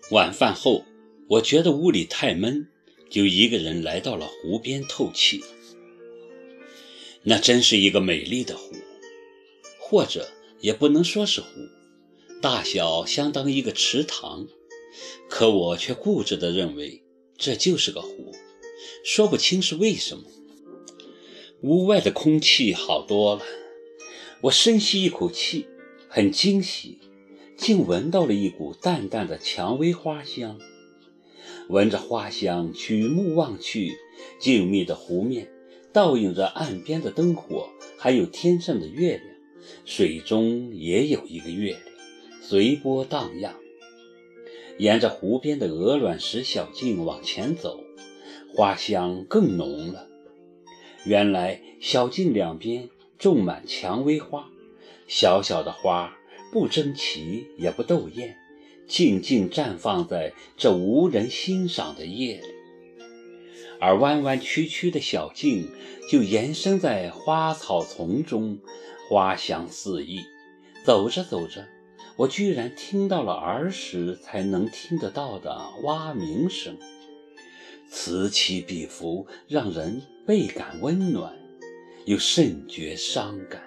晚饭后，我觉得屋里太闷，就一个人来到了湖边透气。那真是一个美丽的湖，或者也不能说是湖，大小相当一个池塘，可我却固执地认为这就是个湖，说不清是为什么。屋外的空气好多了，我深吸一口气，很惊喜，竟闻到了一股淡淡的蔷薇花香。闻着花香，举目望去，静谧的湖面倒映着岸边的灯火，还有天上的月亮，水中也有一个月亮，随波荡漾。沿着湖边的鹅卵石小径往前走，花香更浓了。原来小径两边种满蔷薇花，小小的花不争奇也不斗艳，静静绽放在这无人欣赏的夜里。而弯弯曲曲的小径就延伸在花草丛中，花香四溢。走着走着，我居然听到了儿时才能听得到的蛙鸣声，此起彼伏，让人倍感温暖，又甚觉伤感，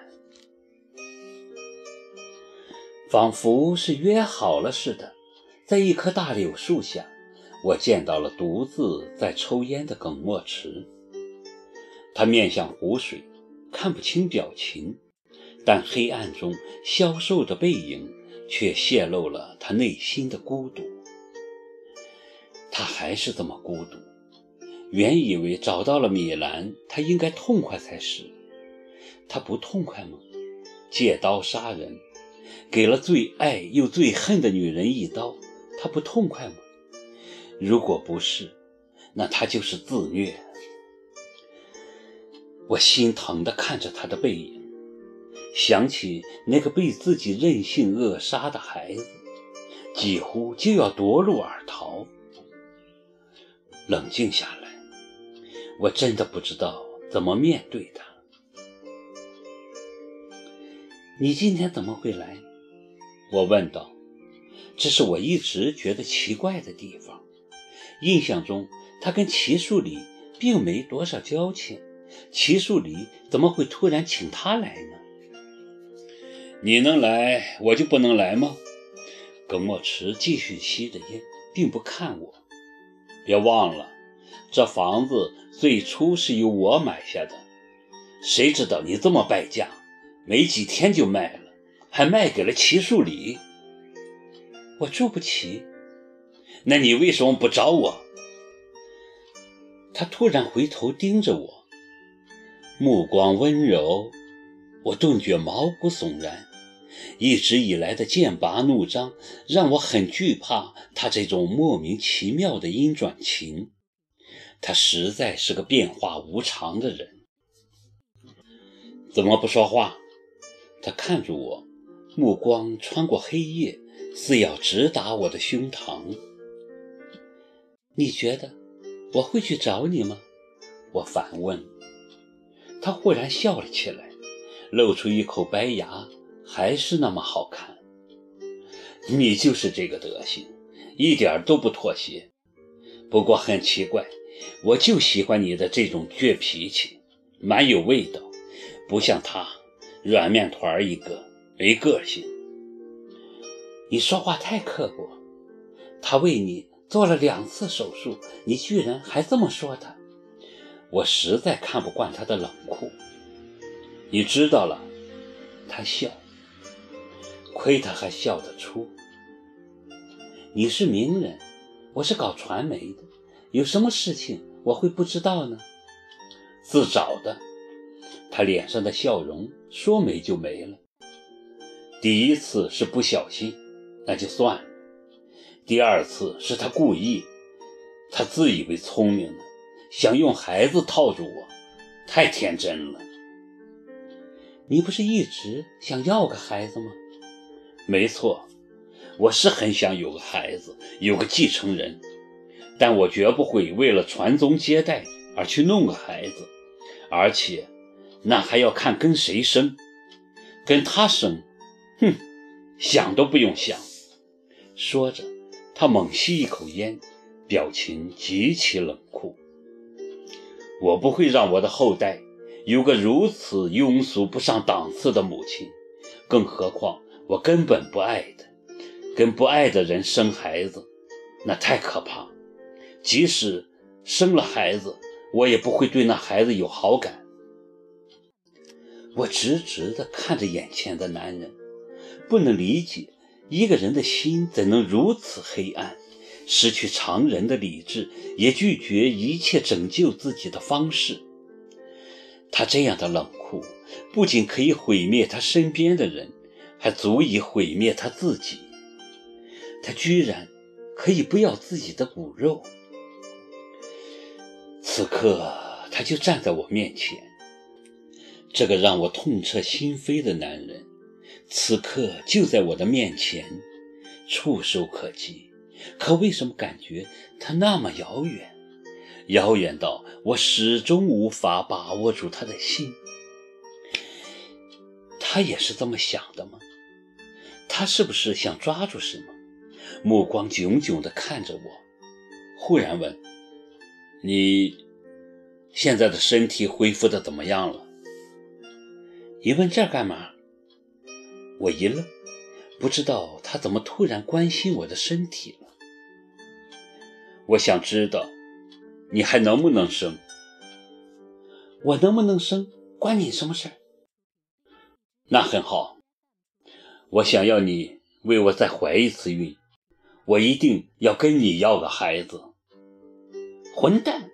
仿佛是约好了似的。在一棵大柳树下，我见到了独自在抽烟的耿墨池。他面向湖水，看不清表情，但黑暗中消瘦的背影却泄露了他内心的孤独。他还是这么孤独，原以为找到了米兰，他应该痛快才是。他不痛快吗？借刀杀人，给了最爱又最恨的女人一刀，他不痛快吗？如果不是，那他就是自虐。我心疼地看着他的背影，想起那个被自己任性扼杀的孩子，几乎就要夺路而逃。冷静下来，我真的不知道怎么面对他。你今天怎么会来？我问道。这是我一直觉得奇怪的地方。印象中他跟齐树礼并没多少交情，齐树礼怎么会突然请他来呢？你能来，我就不能来吗？耿墨池继续吸着烟，并不看我。别忘了，这房子最初是由我买下的，谁知道你这么败家，没几天就卖了，还卖给了齐树礼。我住不起。那你为什么不找我？他突然回头盯着我，目光温柔，我顿觉毛骨悚然。一直以来的剑拔弩张让我很惧怕他这种莫名其妙的阴转情。他实在是个变化无常的人。怎么不说话？他看着我，目光穿过黑夜，似要直达我的胸膛。你觉得我会去找你吗？我反问。他忽然笑了起来，露出一口白牙，还是那么好看。你就是这个德行，一点都不妥协。不过很奇怪，我就喜欢你的这种倔脾气，蛮有味道，不像他软面团一个，没个性。你说话太刻薄，他为你做了2次手术，你居然还这么说他。我实在看不惯他的冷酷。你知道了。他笑，亏他还笑得出。你是名人，我是搞传媒的，有什么事情我会不知道呢？自找的。他脸上的笑容说没就没了。第一次是不小心，那就算了。第2次是他故意，他自以为聪明呢，想用孩子套住我，太天真了。你不是一直想要个孩子吗？没错，我是很想有个孩子，有个继承人，但我绝不会为了传宗接代而去弄个孩子，而且那还要看跟谁生。跟他生，想都不用想。说着， 他猛吸一口烟，表情极其冷酷。我不会让我的后代有个如此庸俗不上档次的母亲，更何况我根本不爱的，跟不爱的人生孩子，那太可怕。即使生了孩子，我也不会对那孩子有好感。我直直地看着眼前的男人，不能理解一个人的心怎能如此黑暗，失去常人的理智，也拒绝一切拯救自己的方式。他这样的冷酷，不仅可以毁灭他身边的人，还足以毁灭他自己。他居然可以不要自己的骨肉。此刻他就站在我面前，这个让我痛彻心扉的男人，此刻就在我的面前，触手可及，可为什么感觉他那么遥远，遥远到我始终无法把握住他的心。他也是这么想的吗？他是不是想抓住什么？目光炯炯地看着我，忽然问：你现在的身体恢复得怎么样了？你问这干嘛？我一愣，不知道他怎么突然关心我的身体了。我想知道你还能不能生。我能不能生关你什么事？那很好，我想要你为我再怀一次孕，我一定要跟你要个孩子。混蛋！